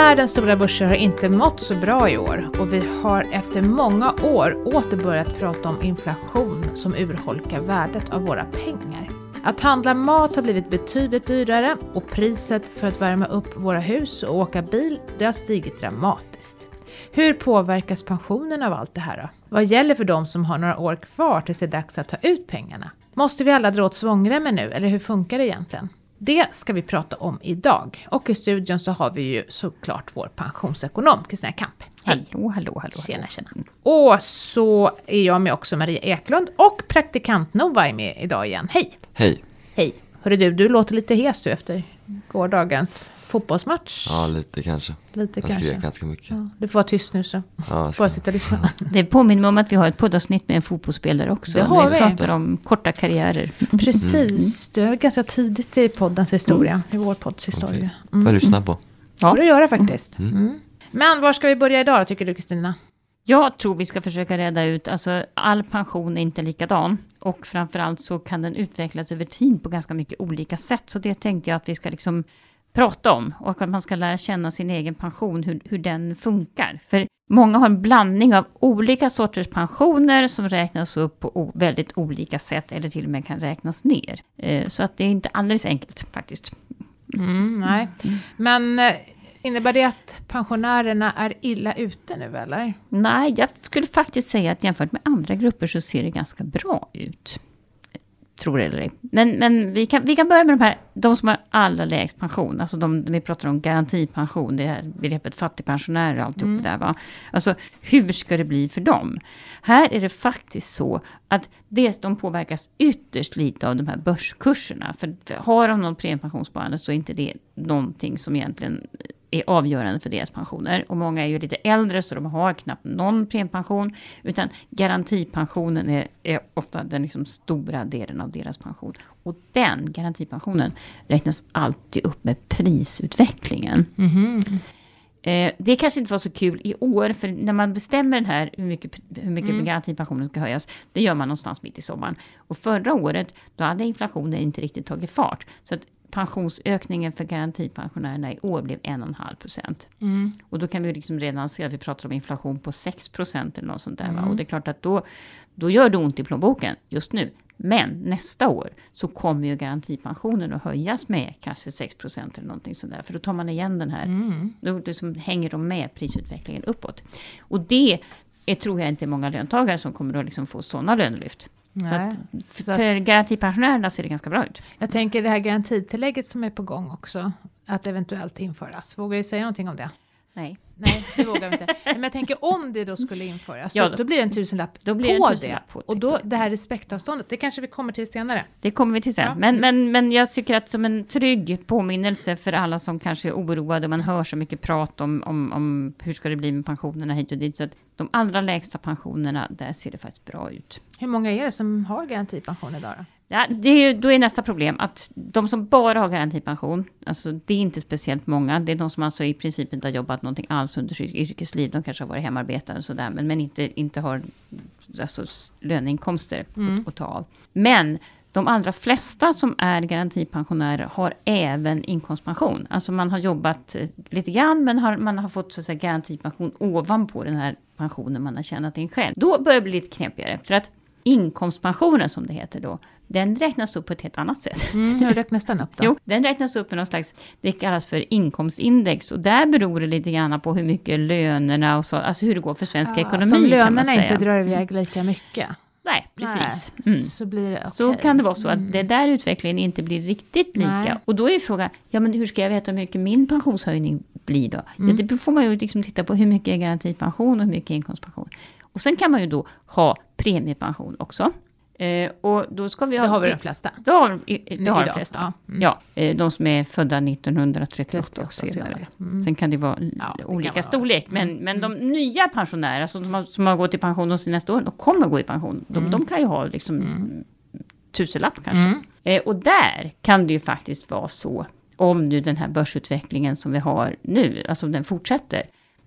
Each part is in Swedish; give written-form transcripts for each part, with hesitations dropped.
Världens stora börser har inte mått så bra i år och vi har efter många år åter börjat prata om inflation som urholkar värdet av våra pengar. Att handla mat har blivit betydligt dyrare och priset för att värma upp våra hus och åka bil det har stigit dramatiskt. Hur påverkas pensionen av allt det här då? Vad gäller för de som har några år kvar tills det är dags att ta ut pengarna? Måste vi alla dra åt svångremmen nu eller hur funkar det egentligen? Det ska vi prata om idag. Och i studion så har vi ju såklart vår pensionsekonom Kristina Kamp. Hej. Hallå. Tjena. Och så är jag med också Maria Eklund och praktikant Nova är med idag igen. Hej. Hörru du låter lite hes du efter gårdagens fotbollsmatch. Ja, lite kanske. Jag skrek ganska mycket. Ja, du får vara tyst nu så. Ja, bara sitta och lyssna. Det påminner mig om att vi har ett poddavsnitt med en fotbollsspelare också. Det har vi. Pratar om korta karriärer. Precis, det är ganska tidigt i poddens historia. I vår podds historia. Får jag lyssna på? Ja, det gör det faktiskt. Men var ska vi börja idag då, tycker du Kristina? Jag tror vi ska försöka reda ut, alltså all pension är inte likadan och framförallt så kan den utvecklas över tid på ganska mycket olika sätt. Så det tänkte jag att vi ska liksom prata om och att man ska lära känna sin egen pension, hur den funkar. För många har en blandning av olika sorters pensioner som räknas upp på väldigt olika sätt eller till och med kan räknas ner. Så att det är inte alldeles enkelt faktiskt. Nej, men innebär det att pensionärerna är illa ute nu eller? Nej, jag skulle faktiskt säga att jämfört med andra grupper så ser det ganska bra ut. Tror det eller ej. Men vi kan börja med de som har allra lägst pension. Alltså vi pratar om garantipension. Det här begreppet fattigpensionärer och alltihop det där va. Alltså hur ska det bli för dem? Här är det faktiskt så att de påverkas ytterst lite av de här börskurserna. För har de någon premiepensionssparande så är inte det någonting som egentligen är avgörande för deras pensioner. Och många är ju lite äldre så de har knappt någon premiepension. Utan garantipensionen är ofta den liksom stora delen av deras pension. Och den garantipensionen räknas alltid upp med prisutvecklingen. Det kanske inte var så kul i år för när man bestämmer den här hur mycket garantipensionen ska höjas, det gör man någonstans mitt i sommaren. Och förra året då hade inflationen inte riktigt tagit fart så att pensionsökningen för garantipensionärerna i år blev 1,5%. Och då kan vi liksom redan se att vi pratar om inflation på 6% eller något sånt där. Va? Och det är klart att då gör det ont i plånboken just nu. Men nästa år så kommer ju garantipensionen att höjas med kanske 6% eller någonting sånt där. För då tar man igen den här. Då liksom hänger de med prisutvecklingen uppåt. Och det tror jag inte många löntagare som kommer att liksom få sådana lönelyft. Så för garantipensionärerna ser det ganska bra ut. Jag tänker det här garantitillägget som är på gång också. Att eventuellt införas. Vågar jag säga någonting om det? Nej, det vågar vi inte. Men jag tänker om det då skulle införas. Ja, då blir det en tusenlapp på det. Och då det här respektavståndet, det kanske vi kommer till senare. Det kommer vi till sen. Ja. Men jag tycker att som en trygg påminnelse för alla som kanske är oroade. Man hör så mycket prat om hur ska det bli med pensionerna hit och dit. Så att de allra lägsta pensionerna, där ser det faktiskt bra ut. Hur många är det som har garantipension idag då? Ja, då är nästa problem att de som bara har garantipension, alltså det är inte speciellt många. Det är de som alltså i princip inte har jobbat någonting alls under sitt yrkesliv. De kanske har varit hemarbetare och sådär, men inte har alltså, löneinkomster att ta av. Men de allra flesta som är garantipensionärer har även inkomstpension. Alltså man har jobbat lite grann men man har fått så att säga, garantipension ovanpå den här pensionen man har tjänat in själv. Då börjar det bli lite knepigare för att inkomstpensionen som det heter då, den räknas upp på ett helt annat sätt. Hur räknas den upp då? Jo, den räknas upp med någon slags, det kallas för inkomstindex och där beror det lite grann på hur mycket lönerna och så, alltså hur det går för svensk ekonomi som lönerna kan man säga. Inte drar iväg lika mycket. Nej, precis. Så blir det okay. Så kan det vara så att det där utvecklingen inte blir riktigt lika. Nej. Och då är frågan, men hur ska jag veta hur mycket min pensionshöjning blir då? Ja, det får man ju liksom titta på hur mycket är garantipension och hur mycket är inkomstpension. Och sen kan man ju då ha premiepension också. Och då ska vi ha... Det har vi de flesta. Det har de flesta. Ja. De som är födda 1938 och senare. Sen kan det vara olika storlek. Men de nya pensionärer som har gått i pension de senaste åren och kommer gå i pension. De kan ju ha liksom tusenlapp kanske. Och där kan det ju faktiskt vara så. Om nu den här börsutvecklingen som vi har nu, alltså den fortsätter.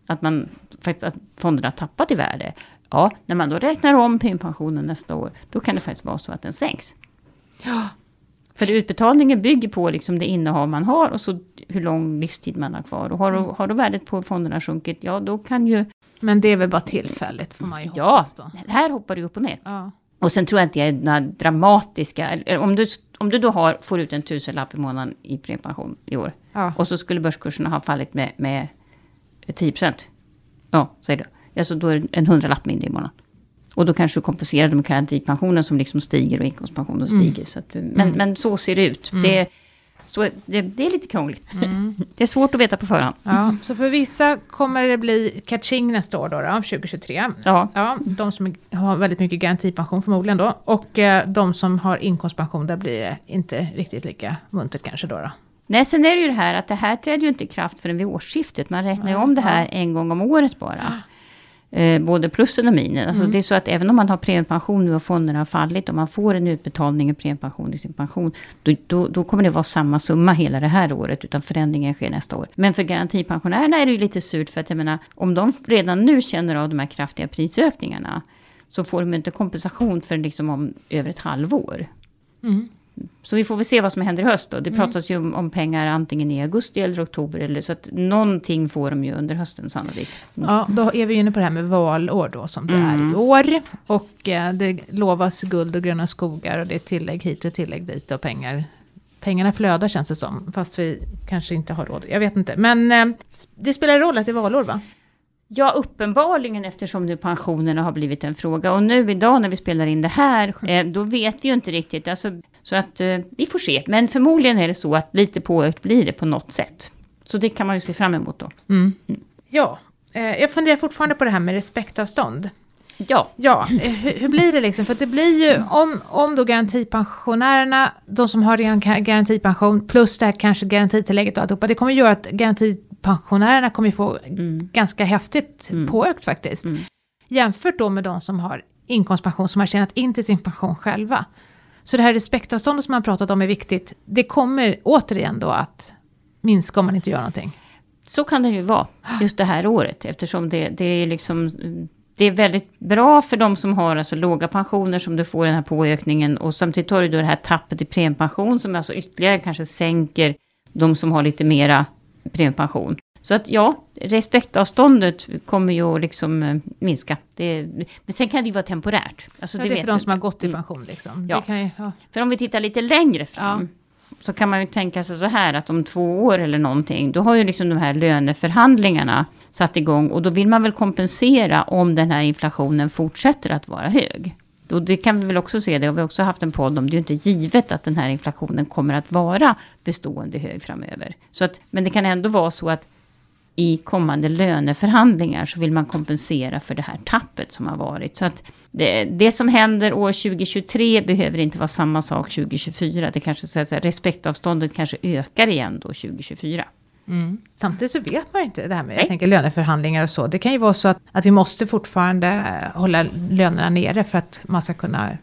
Att fonderna har tappat i värde. Ja, när man då räknar om premiepensionen nästa år, då kan det faktiskt vara så att den sänks. Ja, För utbetalningen bygger på liksom det innehav man har och så hur lång livstid man har kvar. Och har då värdet på fonderna sjunkit, ja då kan ju... Men det är väl bara tillfälligt får man ju hoppas då. Ja, här hoppar det upp och ner. Ja. Och sen tror jag inte det är några dramatiska... Om du då får ut en 1000-lapp i månaden i premiepension i år. Ja. Och så skulle börskurserna ha fallit med 10%. Ja, säger du. Alltså då är det en 100-lapp mindre i månaden. Och då kanske du kompenserar med garantipensionen som liksom stiger och inkomstpensionen stiger. Så att, men så ser det ut. Det är lite krångligt. Det är svårt att veta på förhand. Ja, så för vissa kommer det bli catching nästa år då 2023. Ja, de som har väldigt mycket garantipension förmodligen då. Och de som har inkomstpension, där blir det inte riktigt lika muntert kanske då. Nej, sen är det ju det här att det här träder ju inte i kraft förrän vid årsskiftet. Man räknar ju om det här en gång om året bara. Både plussen och minus. Alltså det är så att även om man har premiepension nu och fonderna har fallit och man får en utbetalning och premiepension i sin pension, då kommer det vara samma summa hela det här året, utan förändringen sker nästa år. Men för garantipensionärerna är det ju lite surt, för att jag menar, om de redan nu känner av de här kraftiga prisökningarna så får de inte kompensation för liksom om över ett halvår. Så vi får väl se vad som händer i höst då. Det pratas ju om pengar antingen i augusti eller oktober. Eller så att någonting får de ju under hösten sannolikt. Ja, då är vi inne på det här med valår då som det är i år. Och det lovas guld och gröna skogar och det är tillägg hit och tillägg dit och pengarna flödar känns det som. Fast vi kanske inte har råd. Jag vet inte. Men det spelar roll att det är valår va? Ja, uppenbarligen, eftersom nu pensionerna har blivit en fråga. Och nu idag när vi spelar in det här, då vet vi ju inte riktigt. Alltså, så att vi får se. Men förmodligen är det så att lite påökt blir det på något sätt. Så det kan man ju se fram emot då. Ja, jag funderar fortfarande på det här med respektavstånd. Ja, hur blir det liksom? För att det blir ju, om då garantipensionärerna, de som har garantipension, plus det här kanske garantitillägget och alltihopa, det kommer göra att garantipensionärerna kommer få ganska häftigt påökt faktiskt. Jämfört då med de som har inkomstpension, som har tjänat in till sin pension själva. Så det här respektavståndet som man pratat om är viktigt. Det kommer återigen då att minska om man inte gör någonting. Så kan det ju vara just det här året, eftersom det är liksom... Det är väldigt bra för de som har alltså låga pensioner som du får den här påökningen. Och samtidigt har du då det här tappet i premiepension som alltså ytterligare kanske sänker de som har lite mera premiepension. Så att ja, respektavståndet kommer ju liksom minska. Men sen kan det ju vara temporärt. Alltså, det är för de som har gått i pension liksom. Ja. Det kan ju, För om vi tittar lite längre fram... Så kan man ju tänka sig så här att om 2 år eller någonting, då har ju liksom de här löneförhandlingarna satt igång. Och då vill man väl kompensera om den här inflationen fortsätter att vara hög. Och det kan vi väl också se, det har vi också haft en podd om. Det är ju inte givet att den här inflationen kommer att vara bestående hög framöver. Så att, men det kan ändå vara så att i kommande löneförhandlingar så vill man kompensera för det här tappet som har varit. Så att det som händer år 2023 behöver inte vara samma sak 2024. Det kanske så att respektavståndet kanske ökar igen då 2024. Samtidigt så vet man inte det här med jag tänker löneförhandlingar och så. Det kan ju vara så att vi måste fortfarande hålla lönerna nere för att man ska kunna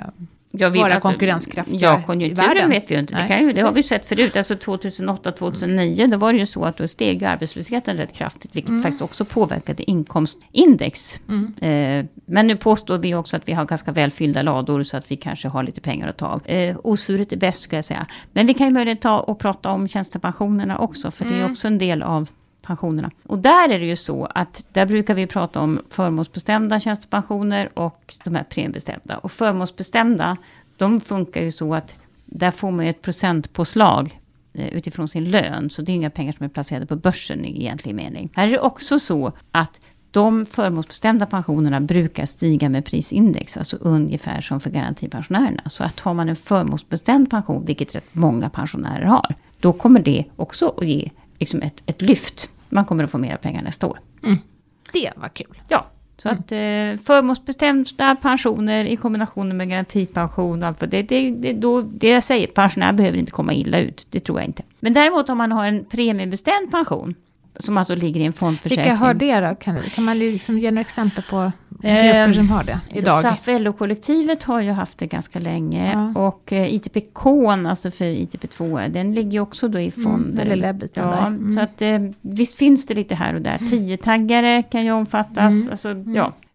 vara konkurrenskraftiga ja, konjunkturen vet vi ju inte. Det har vi sett förut. Alltså 2008-2009 då var det ju så att då steg arbetslösheten rätt kraftigt. Vilket faktiskt också påverkade inkomstindex. Men nu påstår vi också att vi har ganska välfyllda lador så att vi kanske har lite pengar att ta av. Osvuret är bäst ska jag säga. Men vi kan ju möjligen ta och prata om tjänstepensionerna också. För det är också en del av pensionerna. Och där är det ju så att där brukar vi prata om förmånsbestämda tjänstepensioner och de här premiebestämda. Och förmånsbestämda, de funkar ju så att där får man ju ett procentpåslag utifrån sin lön. Så det är inga pengar som är placerade på börsen i egentlig mening. Här är det också så att de förmånsbestämda pensionerna brukar stiga med prisindex, alltså ungefär som för garantipensionärerna. Så att har man en förmånsbestämd pension, vilket rätt många pensionärer har, då kommer det också att ge liksom ett lyft. Man kommer att få mera pengar nästa år. Det var kul. Ja, så att förmånsbestämda pensioner i kombination med garantipension och allt vad det jag säger, pensionärer behöver inte komma illa ut. Det tror jag inte. Men däremot om man har en premiebestämd pension som alltså ligger i en fondförsäkring. Vilka har det då? Kan man liksom ge några exempel på grupper som har det idag? SAF-LO-kollektivet har ju haft det ganska länge. Och ITPK, alltså för ITP2, den ligger ju också då i fonder. Lilla biten där. Så att visst finns det lite här och där. 10-taggare kan ju omfattas. Alltså,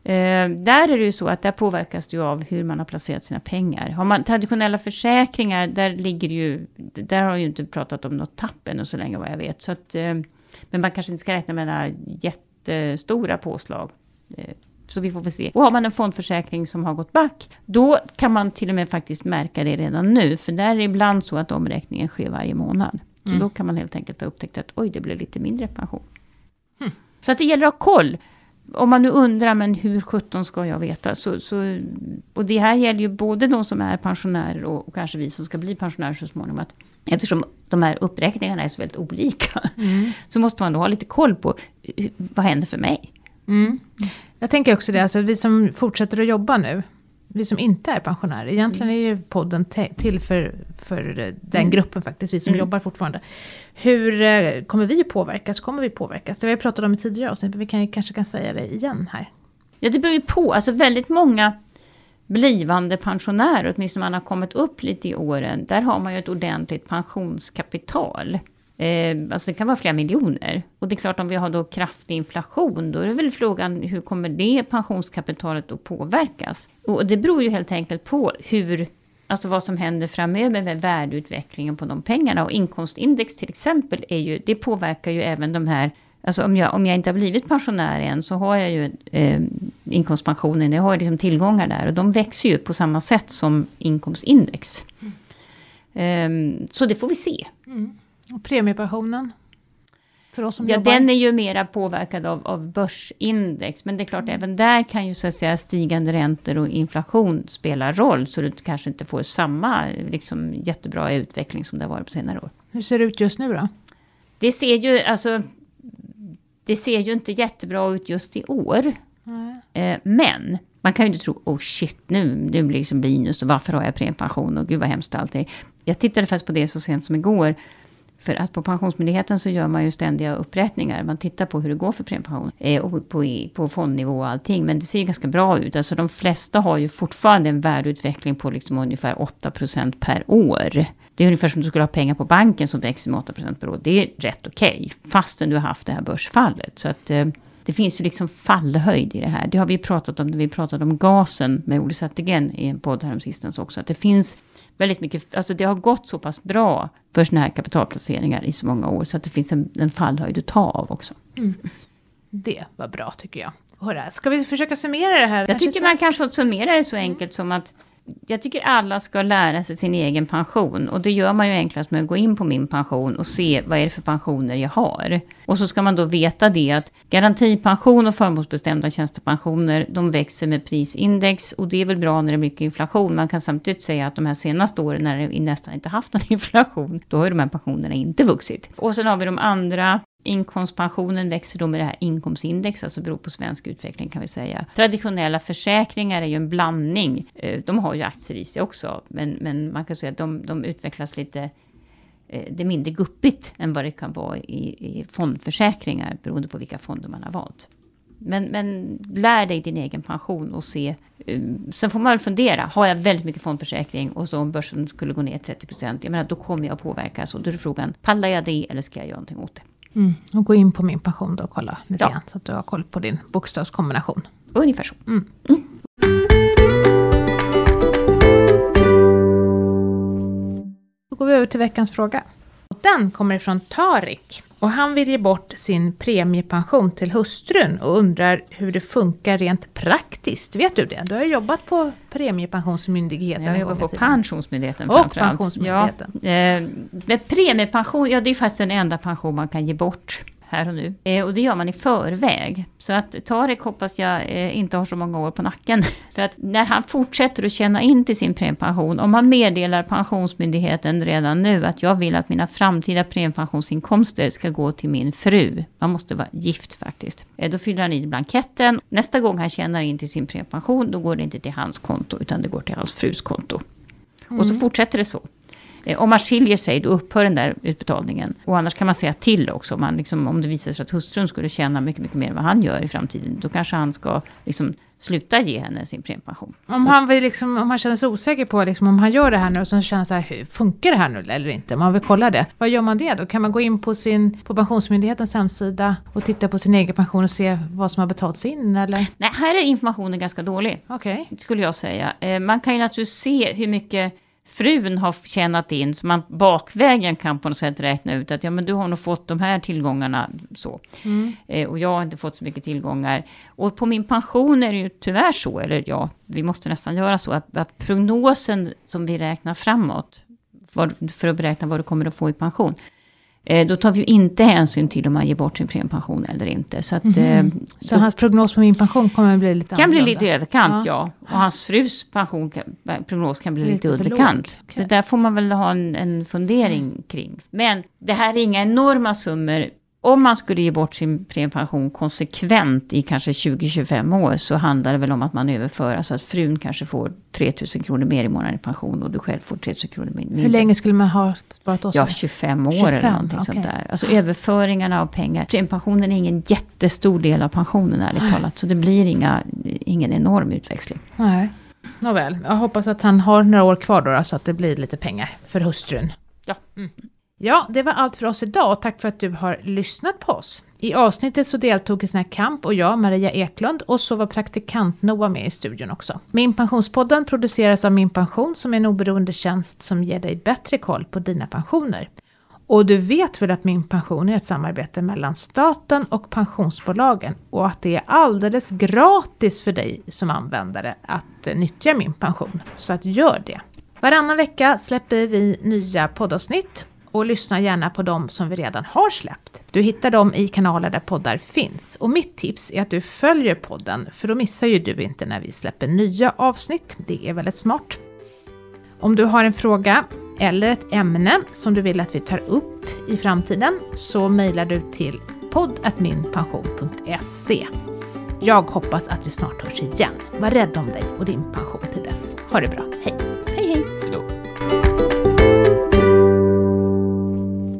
Där är det ju så att där påverkas det ju av hur man har placerat sina pengar. Har man traditionella försäkringar, där har ju inte pratat om något tapp än och så länge vad jag vet. Så att, men man kanske inte ska räkna med några jättestora påslag. Så vi får väl se. Och har man en fondförsäkring som har gått back, då kan man till och med faktiskt märka det redan nu. För där är det ibland så att omräkningen sker varje månad. Så då kan man helt enkelt ha upptäckt att oj, det blir lite mindre pension. Så att det gäller att ha koll. Om man nu undrar, men hur 17 ska jag veta? Och det här gäller ju både de som är pensionärer och kanske vi som ska bli pensionärer så småningom. Att eftersom de här uppräkningarna är så väldigt olika så måste man då ha lite koll på vad händer för mig. Jag tänker också det, alltså vi som fortsätter att jobba nu, vi som inte är pensionärer, egentligen är ju podden till för den gruppen faktiskt, vi som jobbar fortfarande. Hur kommer vi påverkas? Kommer vi påverkas? Det har vi pratat om i tidigare avsnitt, men vi kanske kan säga det igen här. Ja, det beror ju på. Alltså väldigt många blivande pensionärer, åtminstone man har kommit upp lite i åren, där har man ju ett ordentligt pensionskapital. Alltså det kan vara flera miljoner. Och det är klart, om vi har då kraftig inflation, då är det väl frågan, hur kommer det pensionskapitalet att påverkas? Och det beror ju helt enkelt på alltså vad som händer framöver med värdeutvecklingen på de pengarna. Och inkomstindex till exempel det påverkar ju även de här, alltså om jag inte har blivit pensionär än, så har jag ju inkomstpensionen, jag har liksom tillgångar där, och de växer ju på samma sätt som inkomstindex. Så det får vi se. Och premiepensionen? För oss som jobbar. Den är ju mera påverkad av börsindex. Men det är klart, även där kan ju så att säga stigande räntor och inflation spela roll. Så du kanske inte får samma liksom, jättebra utveckling som det har varit på senare år. Hur ser det ut just nu då? Det ser ju inte jättebra ut just i år. Men man kan ju inte tro, nu blir det liksom minus och varför har jag premiepension och gud vad hemskt allt är. Jag tittade faktiskt på det så sent som igår. För att på Pensionsmyndigheten så gör man ju ständiga uppräkningar. Man tittar på hur det går för premiepension. Och på fondnivå och allting. Men det ser ju ganska bra ut. Alltså de flesta har ju fortfarande en värdeutveckling på liksom ungefär 8% per år. Det är ungefär som du skulle ha pengar på banken som växer med 8% per år. Det är rätt okej. Fastän du har haft det här börsfallet. Så att det finns ju liksom fallhöjd i det här. Det har vi pratat om när vi pratade om gasen med Olle Zettergren i en podd häromsistens också. Att det finns väldigt mycket, alltså det har gått så pass bra för såna här kapitalplaceringar i så många år, så att det finns en fallhöjd att ta av också. Det var bra tycker jag. Hörra, ska vi försöka summera det här? Jag tycker man kan få summera det så enkelt som att jag tycker alla ska lära sig sin egen pension. Och det gör man ju enklast med att gå in på min pension och se vad är det för pensioner jag har. Och så ska man då veta det att garantipension och förmånsbestämda tjänstepensioner, de växer med prisindex. Och det är väl bra när det är mycket inflation. Man kan samtidigt säga att de här senaste åren när vi nästan inte haft någon inflation, då har ju de här pensionerna inte vuxit. Och sen har vi de andra. Inkomstpensionen växer då med det här inkomstindex, alltså beror på svensk utveckling kan vi säga. Traditionella försäkringar är ju en blandning. De har ju aktier i sig också, men man kan säga att de utvecklas lite det är mindre guppigt än vad det kan vara i fondförsäkringar beroende på vilka fonder man har valt. Men lär dig din egen pension och se. Sen får man väl fundera. Har jag väldigt mycket fondförsäkring och så om börsen skulle gå ner 30%, jag menar, då kommer jag påverkas. Och då är frågan, pallar jag det eller ska jag göra någonting åt det? Och gå in på min pension då och kolla lite grann så att du har koll på din bokstavskombination. Ungefär så. Då går vi över till veckans fråga. Och den kommer ifrån Tarik. Och han vill ge bort sin premiepension till hustrun och undrar hur det funkar rent praktiskt. Vet du det? Du har jobbat på premiepensionsmyndigheten. Jag jobbar på pensionsmyndigheten framförallt. Pensionsmyndigheten. Med premiepension, det är faktiskt den enda pension man kan ge bort här och nu. Och det gör man i förväg. Så att Tarek hoppas jag inte har så många år på nacken. För att när han fortsätter att tjäna in till sin premiepension, om han meddelar Pensionsmyndigheten redan nu att jag vill att mina framtida premiepensionsinkomster ska gå till min fru. Man måste vara gift faktiskt. Då fyller han i blanketten. Nästa gång han tjänar in till sin premiepension, då går det inte till hans konto utan det går till hans frus konto. Och så fortsätter det så. Om man skiljer sig, då upphör den där utbetalningen. Och annars kan man säga till också. Om det visar sig att hustrun skulle tjäna mycket, mycket mer än vad han gör i framtiden, då kanske han ska sluta ge henne sin premiepension. Om han känner sig osäker på om han gör det här nu och så känner så här, hur funkar det här nu eller inte? Man vill kolla det. Vad gör man det då? Kan man gå in på Pensionsmyndighetens hemsida och titta på sin egen pension och se vad som har betalats in eller? Nej, här är informationen ganska dålig. Okej. Skulle jag säga. Man kan ju naturligtvis se hur mycket frun har tjänat in, så man bakvägen kan på något sätt räkna ut att men du har nog fått de här tillgångarna så. Och jag har inte fått så mycket tillgångar. Och på min pension är det ju tyvärr så, eller vi måste nästan göra så, att prognosen som vi räknar framåt för att beräkna vad du kommer att få i pension, då tar vi ju inte hänsyn till om man ger bort sin premiepension eller inte. Så, så hans prognos på min pension kommer att bli lite annorlunda? Kan bli lite överkant, ja. Och hans frus prognos kan bli lite underkant. Okay. Det där får man väl ha en fundering kring. Men det här är inga enorma summor. Om man skulle ge bort sin premiepension konsekvent i kanske 20-25 år, så handlar det väl om att man överför, alltså att frun kanske får 3 000 kronor mer i månaden i pension och du själv får 3 000 kronor mindre. Hur länge skulle man ha sparat oss? Ja, 25 år eller någonting sånt där. Alltså överföringarna av pengar. Premiepensionen är ingen jättestor del av pensionen ärligt talat, så det blir ingen enorm utväxling. Nej, nåväl. Jag hoppas att han har några år kvar då, så att det blir lite pengar för hustrun. Ja. Ja, det var allt för oss idag och tack för att du har lyssnat på oss. I avsnittet så deltog Kristina Kamp och jag, Maria Eklund, och så var praktikant Noah med i studion också. Min pensionspodden produceras av Min Pension, som är en oberoende tjänst som ger dig bättre koll på dina pensioner. Och du vet väl att Min Pension är ett samarbete mellan staten och pensionsbolagen och att det är alldeles gratis för dig som användare att nyttja Min Pension. Så att gör det. Varannan vecka släpper vi nya poddavsnitt. Och lyssna gärna på dem som vi redan har släppt. Du hittar dem i kanaler där poddar finns. Och mitt tips är att du följer podden, för då missar ju du inte när vi släpper nya avsnitt. Det är väldigt smart. Om du har en fråga eller ett ämne som du vill att vi tar upp i framtiden, så mejlar du till podd@minpension.se. Jag hoppas att vi snart hörs igen. Var rädd om dig och din pension till dess. Ha det bra. Hej!